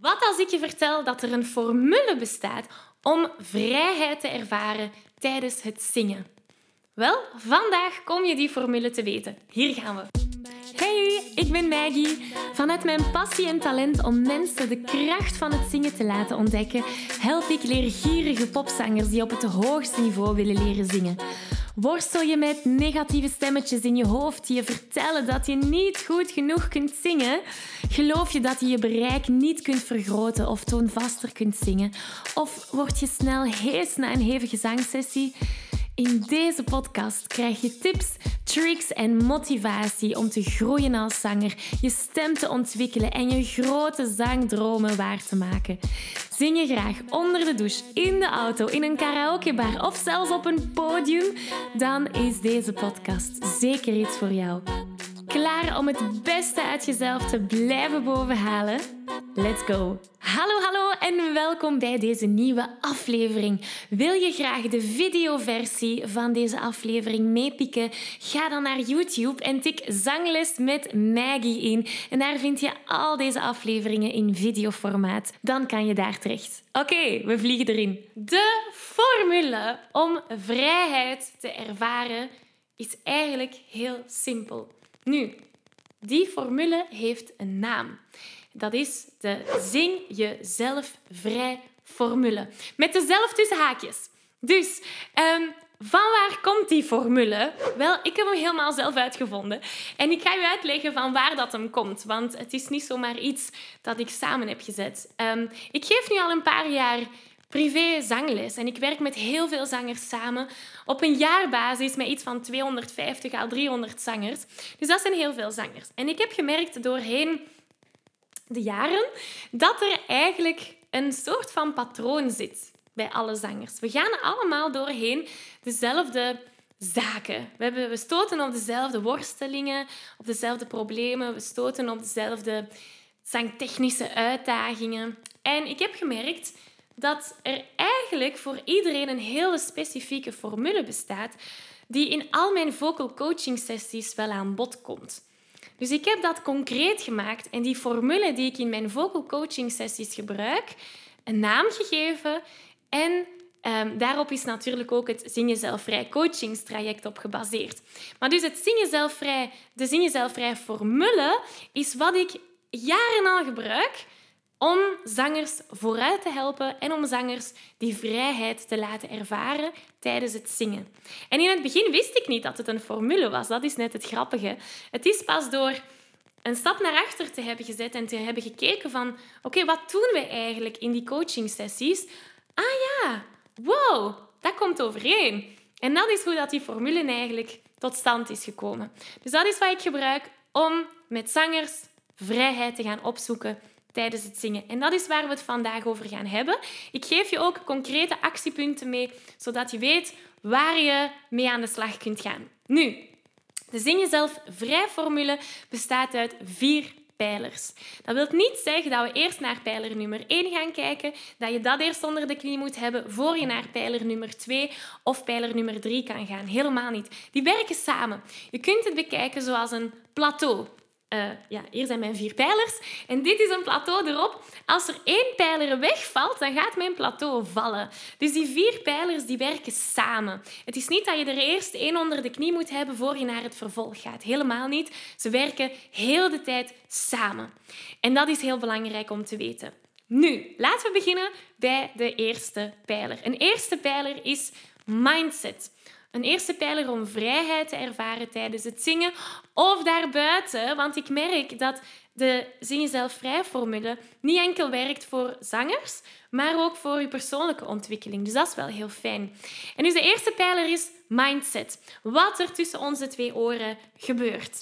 Wat als ik je vertel dat er een formule bestaat om vrijheid te ervaren tijdens het zingen? Wel, vandaag kom je die formule te weten. Hier gaan we. Hey, ik ben Maggie. Vanuit mijn passie en talent om mensen de kracht van het zingen te laten ontdekken, help ik leergierige popzangers die op het hoogste niveau willen leren zingen. Worstel je met negatieve stemmetjes in je hoofd die je vertellen dat je niet goed genoeg kunt zingen? Geloof je dat je je bereik niet kunt vergroten of toonvaster kunt zingen? Of word je snel hees na een hevige zangsessie? In deze podcast krijg je tips, tricks en motivatie om te groeien als zanger, je stem te ontwikkelen en je grote zangdromen waar te maken. Zing je graag onder de douche, in de auto, in een karaokebar of zelfs op een podium? Dan is deze podcast zeker iets voor jou. Klaar om het beste uit jezelf te blijven bovenhalen? Let's go! Hallo en welkom bij deze nieuwe aflevering. Wil je graag de videoversie van deze aflevering meepikken? Ga dan naar YouTube en tik Zangles met Maggie in. En daar vind je al deze afleveringen in videoformaat. Dan kan je daar terecht. Oké, we vliegen erin. De formule om vrijheid te ervaren is eigenlijk heel simpel. Nu, die formule heeft een naam. Dat is de Zing Jezelf Vrij formule. Met dezelfde tussen haakjes. Dus, van waar komt die formule? Wel, ik heb hem helemaal zelf uitgevonden. En ik ga je uitleggen van waar dat hem komt. Want het is niet zomaar iets dat ik samen heb gezet. Ik geef nu al een paar jaar privé zangles. En ik werk met heel veel zangers samen. Op een jaarbasis met iets van 250 à 300 zangers. Dus dat zijn heel veel zangers. En ik heb gemerkt doorheen de jaren dat er eigenlijk een soort van patroon zit bij alle zangers. We gaan allemaal doorheen dezelfde zaken. We stoten op dezelfde worstelingen, op dezelfde problemen. We stoten op dezelfde zangtechnische uitdagingen. En ik heb gemerkt dat er eigenlijk voor iedereen een hele specifieke formule bestaat die in al mijn vocal coaching sessies wel aan bod komt. Dus ik heb dat concreet gemaakt en die formule die ik in mijn vocal coaching sessies gebruik, een naam gegeven en daarop is natuurlijk ook het Zing Jezelf Vrij coachingstraject op gebaseerd. Maar dus het de Zing Jezelf Vrij formule is wat ik jaren al gebruik om zangers vooruit te helpen en om zangers die vrijheid te laten ervaren tijdens het zingen. En in het begin wist ik niet dat het een formule was. Dat is net het grappige. Het is pas door een stap naar achter te hebben gezet en te hebben gekeken van oké, wat doen we eigenlijk in die coachingsessies? Ah ja, wow, dat komt overeen. En dat is hoe dat die formule eigenlijk tot stand is gekomen. Dus dat is wat ik gebruik om met zangers vrijheid te gaan opzoeken tijdens het zingen. En dat is waar we het vandaag over gaan hebben. Ik geef je ook concrete actiepunten mee, zodat je weet waar je mee aan de slag kunt gaan. Nu, de Zing Jezelf Vrij formule bestaat uit 4 pijlers. Dat wil niet zeggen dat we eerst naar pijler nummer 1 gaan kijken, dat je dat eerst onder de knie moet hebben voor je naar pijler nummer 2 of pijler nummer 3 kan gaan. Helemaal niet. Die werken samen. Je kunt het bekijken zoals een plateau. Hier zijn mijn 4 pijlers. En dit is een plateau erop. Als er 1 pijler wegvalt, dan gaat mijn plateau vallen. Dus die 4 pijlers die werken samen. Het is niet dat je er eerst 1 onder de knie moet hebben voor je naar het vervolg gaat. Helemaal niet. Ze werken heel de tijd samen. En dat is heel belangrijk om te weten. Nu, laten we beginnen bij de eerste pijler. Een eerste pijler is mindset. Een eerste pijler om vrijheid te ervaren tijdens het zingen of daarbuiten. Want ik merk dat de Zing Jezelf Vrij formule niet enkel werkt voor zangers, maar ook voor je persoonlijke ontwikkeling. Dus dat is wel heel fijn. En dus de eerste pijler is mindset. Wat er tussen onze 2 oren gebeurt.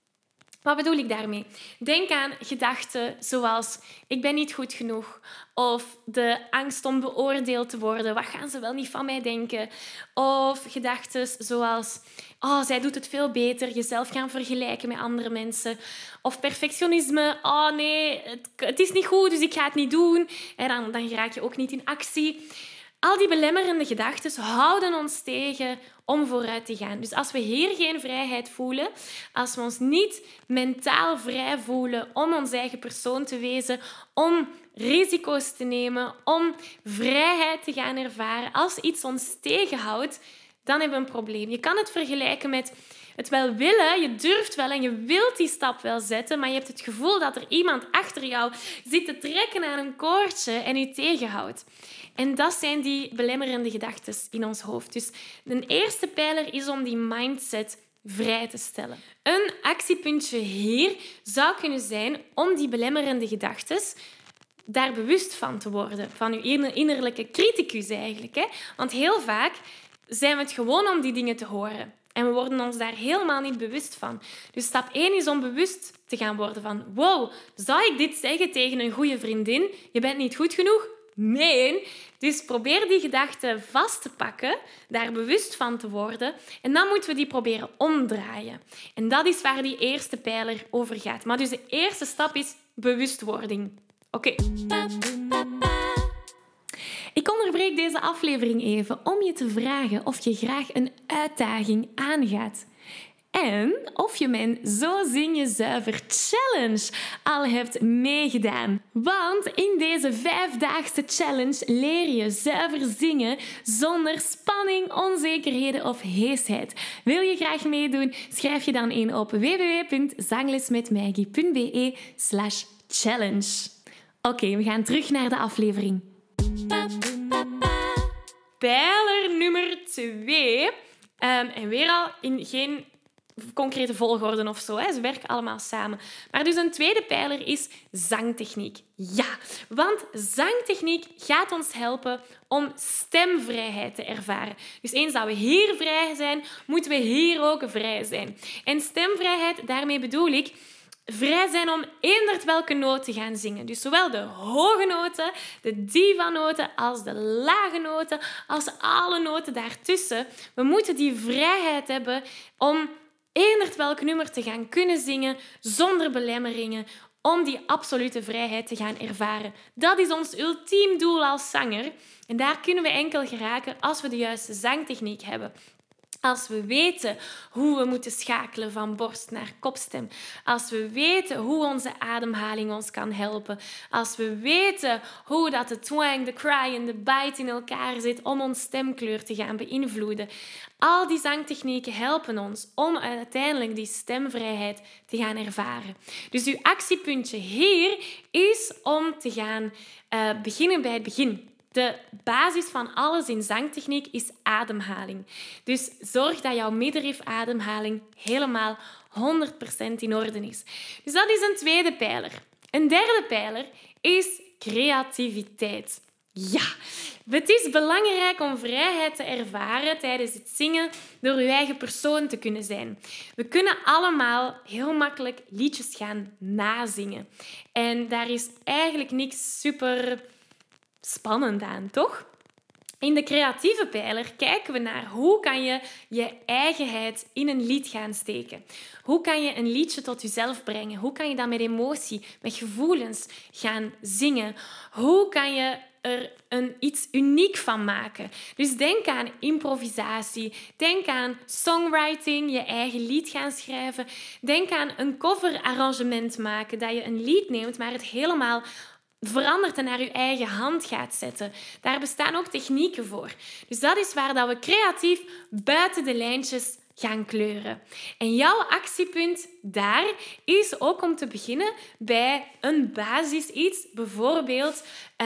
Wat bedoel ik daarmee? Denk aan gedachten zoals ik ben niet goed genoeg of de angst om beoordeeld te worden. Wat gaan ze wel niet van mij denken? Of gedachten zoals zij doet het veel beter. Jezelf gaan vergelijken met andere mensen. Of perfectionisme. Nee, het is niet goed, dus ik ga het niet doen. En dan raak je ook niet in actie. Al die belemmerende gedachten houden ons tegen om vooruit te gaan. Dus als we hier geen vrijheid voelen, als we ons niet mentaal vrij voelen om ons eigen persoon te wezen, om risico's te nemen, om vrijheid te gaan ervaren, als iets ons tegenhoudt, dan hebben we een probleem. Je kan het vergelijken met het wel willen. Je durft wel en je wilt die stap wel zetten, maar je hebt het gevoel dat er iemand achter jou zit te trekken aan een koordje en je tegenhoudt. En dat zijn die belemmerende gedachten in ons hoofd. Dus de eerste pijler is om die mindset vrij te stellen. Een actiepuntje hier zou kunnen zijn om die belemmerende gedachten daar bewust van te worden. Van je innerlijke criticus eigenlijk. Hè? Want heel vaak zijn we het gewoon om die dingen te horen. En we worden ons daar helemaal niet bewust van. Dus stap 1 is om bewust te gaan worden van... Wow, zou ik dit zeggen tegen een goede vriendin? Je bent niet goed genoeg? Nee. Dus probeer die gedachten vast te pakken, daar bewust van te worden. En dan moeten we die proberen omdraaien. En dat is waar die eerste pijler over gaat. Maar dus de eerste stap is bewustwording. Oké. Ik onderbreek deze aflevering even om je te vragen of je graag een uitdaging aangaat. En of je mijn Zo Zing Je Zuiver Challenge al hebt meegedaan. Want in deze 5-daagse challenge leer je zuiver zingen zonder spanning, onzekerheden of heesheid. Wil je graag meedoen? Schrijf je dan in op www.zanglesmetmaggie.be/challenge. Oké, we gaan terug naar de aflevering. Pijler nummer 2. En weer al in geen concrete volgorde of zo. Hè. Ze werken allemaal samen. Maar dus een tweede pijler is zangtechniek. Ja, want zangtechniek gaat ons helpen om stemvrijheid te ervaren. Dus eens dat we hier vrij zijn, moeten we hier ook vrij zijn. En stemvrijheid, daarmee bedoel ik vrij zijn om eender welke noot te gaan zingen. Dus zowel de hoge noten, de diva-noten, als de lage noten, als alle noten daartussen. We moeten die vrijheid hebben om eender welk nummer te gaan kunnen zingen zonder belemmeringen, om die absolute vrijheid te gaan ervaren. Dat is ons ultiem doel als zanger. En daar kunnen we enkel geraken als we de juiste zangtechniek hebben. Als we weten hoe we moeten schakelen van borst naar kopstem. Als we weten hoe onze ademhaling ons kan helpen. Als we weten hoe dat de twang, de cry en de bite in elkaar zit om ons stemkleur te gaan beïnvloeden. Al die zangtechnieken helpen ons om uiteindelijk die stemvrijheid te gaan ervaren. Dus uw actiepuntje hier is om te gaan beginnen bij het begin. De basis van alles in zangtechniek is ademhaling. Dus zorg dat jouw middenrifademhaling helemaal 100% in orde is. Dus dat is een tweede pijler. Een derde pijler is creativiteit. Ja, het is belangrijk om vrijheid te ervaren tijdens het zingen door je eigen persoon te kunnen zijn. We kunnen allemaal heel makkelijk liedjes gaan nazingen. En daar is eigenlijk niks super spannend aan, toch? In de creatieve pijler kijken we naar hoe kan je je eigenheid in een lied gaan steken. Hoe kan je een liedje tot jezelf brengen? Hoe kan je dat met emotie, met gevoelens gaan zingen? Hoe kan je er iets uniek van maken? Dus denk aan improvisatie. Denk aan songwriting, je eigen lied gaan schrijven. Denk aan een coverarrangement maken, dat je een lied neemt, maar het helemaal verandert en naar je eigen hand gaat zetten. Daar bestaan ook technieken voor. Dus dat is waar dat we creatief buiten de lijntjes gaan kleuren. En jouw actiepunt daar is ook om te beginnen bij een basis iets. Bijvoorbeeld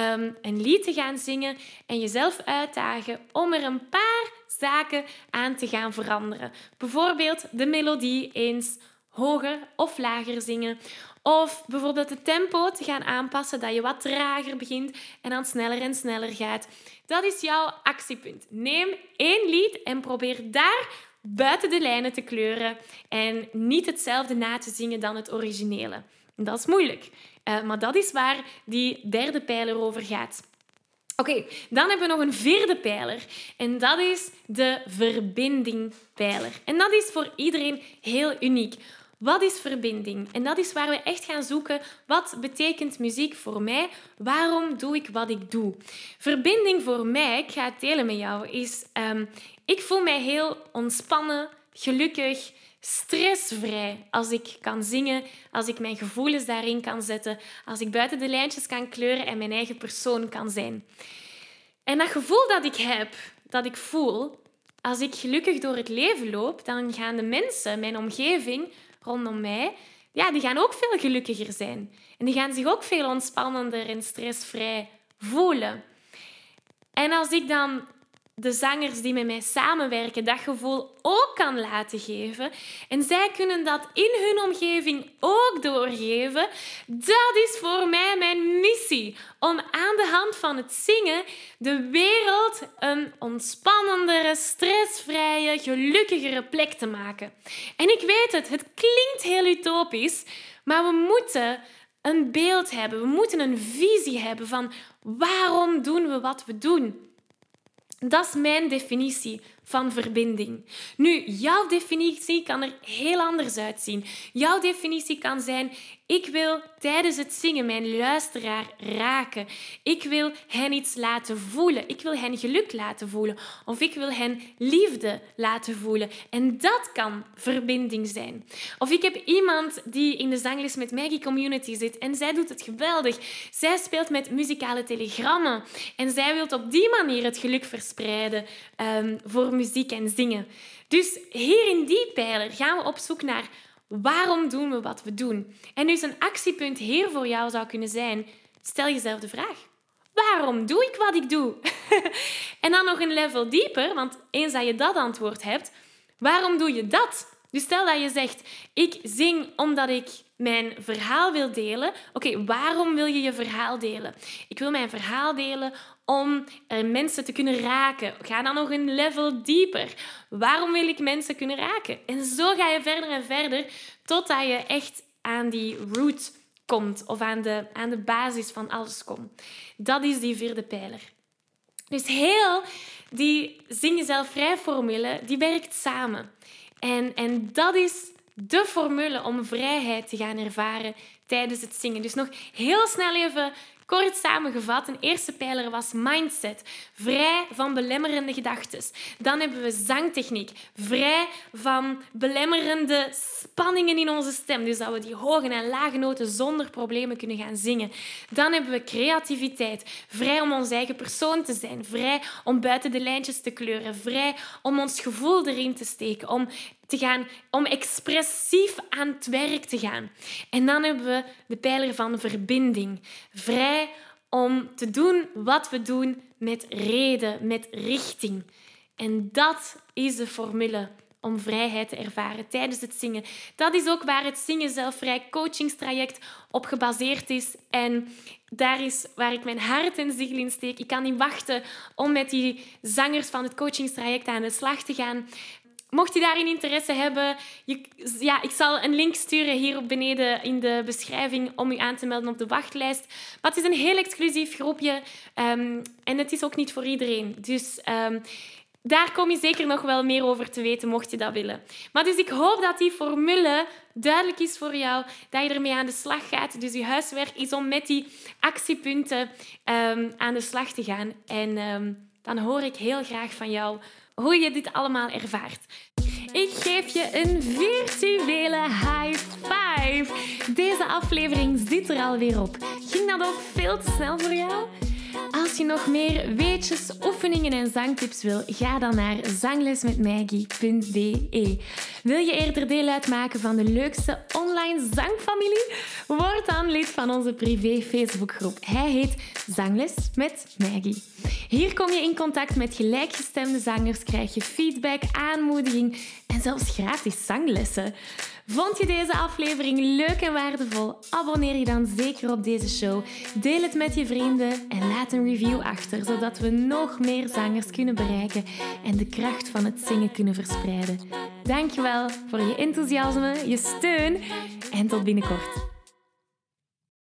een lied te gaan zingen en jezelf uitdagen om er een paar zaken aan te gaan veranderen. Bijvoorbeeld de melodie eens hoger of lager zingen. Of bijvoorbeeld het tempo te gaan aanpassen, dat je wat trager begint en dan sneller en sneller gaat. Dat is jouw actiepunt. Neem 1 lied en probeer daar buiten de lijnen te kleuren en niet hetzelfde na te zingen dan het originele. Dat is moeilijk, maar dat is waar die derde pijler over gaat. Oké, dan hebben we nog een 4e pijler en dat is de verbindingpijler. En dat is voor iedereen heel uniek. Wat is verbinding? En dat is waar we echt gaan zoeken. Wat betekent muziek voor mij? Waarom doe ik wat ik doe? Verbinding voor mij, ik ga het delen met jou, is... ik voel mij heel ontspannen, gelukkig, stressvrij als ik kan zingen, als ik mijn gevoelens daarin kan zetten, als ik buiten de lijntjes kan kleuren en mijn eigen persoon kan zijn. En dat gevoel dat ik heb, dat ik voel, als ik gelukkig door het leven loop, dan gaan de mensen, mijn omgeving rondom mij, die gaan ook veel gelukkiger zijn. En die gaan zich ook veel ontspannender en stressvrij voelen. En als ik dan de zangers die met mij samenwerken dat gevoel ook kan laten geven en zij kunnen dat in hun omgeving ook doorgeven, dat is voor mij mijn missie. Om aan de hand van het zingen de wereld een ontspannendere, stressvrije, gelukkigere plek te maken. En ik weet het klinkt heel utopisch, maar we moeten een beeld hebben. We moeten een visie hebben van waarom doen we wat we doen. Dat is mijn definitie van verbinding. Nu, jouw definitie kan er heel anders uitzien. Jouw definitie kan zijn: ik wil tijdens het zingen mijn luisteraar raken. Ik wil hen iets laten voelen. Ik wil hen geluk laten voelen. Of ik wil hen liefde laten voelen. En dat kan verbinding zijn. Of ik heb iemand die in de Zangles met Maggie community zit en zij doet het geweldig. Zij speelt met muzikale telegrammen en zij wil op die manier het geluk verspreiden voor muziek en zingen. Dus hier in die pijler gaan we op zoek naar waarom doen we wat we doen. En dus een actiepunt hier voor jou zou kunnen zijn: stel jezelf de vraag: waarom doe ik wat ik doe? En dan nog een level dieper, want eens dat je dat antwoord hebt, waarom doe je dat? Dus stel dat je zegt: ik zing omdat ik mijn verhaal wil delen. Oké, waarom wil je je verhaal delen? Ik wil mijn verhaal delen om mensen te kunnen raken. Ga dan nog een level dieper. Waarom wil ik mensen kunnen raken? En zo ga je verder en verder totdat je echt aan die root komt of aan de basis van alles komt. Dat is die 4e pijler. Dus heel die zing jezelf vrij formule, die werkt samen. En dat is de formule om vrijheid te gaan ervaren tijdens het zingen. Dus nog heel snel even kort samengevat. Een eerste pijler was mindset. Vrij van belemmerende gedachten. Dan hebben we zangtechniek. Vrij van belemmerende spanningen in onze stem. Dus dat we die hoge en lage noten zonder problemen kunnen gaan zingen. Dan hebben we creativiteit. Vrij om onze eigen persoon te zijn. Vrij om buiten de lijntjes te kleuren. Vrij om ons gevoel erin te steken. Om expressief aan het werk te gaan. En dan hebben we de pijler van verbinding. Vrij om te doen wat we doen met reden, met richting. En dat is de formule om vrijheid te ervaren tijdens het zingen. Dat is ook waar het Zingen Zelfvrij coachingstraject op gebaseerd is. En daar is waar ik mijn hart en ziel in steek. Ik kan niet wachten om met die zangers van het coachingstraject aan de slag te gaan. Mocht je daarin interesse hebben, ik zal een link sturen hier op beneden in de beschrijving om je aan te melden op de wachtlijst. Maar het is een heel exclusief groepje en het is ook niet voor iedereen. Dus daar kom je zeker nog wel meer over te weten, mocht je dat willen. Maar dus ik hoop dat die formule duidelijk is voor jou, dat je ermee aan de slag gaat. Dus je huiswerk is om met die actiepunten aan de slag te gaan. En dan hoor ik heel graag van jou hoe je dit allemaal ervaart. Ik geef je een virtuele high five. Deze aflevering zit er alweer op. Ging dat ook veel te snel voor jou? Als je nog meer weetjes, oefeningen en zangtips wil, ga dan naar zanglesmetmaggie.be. Wil je eerder deel uitmaken van de leukste online zangfamilie? Word dan lid van onze privé Facebookgroep. Hij heet Zangles met Maggie. Hier kom je in contact met gelijkgestemde zangers, krijg je feedback, aanmoediging en zelfs gratis zanglessen. Vond je deze aflevering leuk en waardevol? Abonneer je dan zeker op deze show. Deel het met je vrienden en laat een review achter, zodat we nog meer zangers kunnen bereiken en de kracht van het zingen kunnen verspreiden. Dankjewel voor je enthousiasme, je steun en tot binnenkort.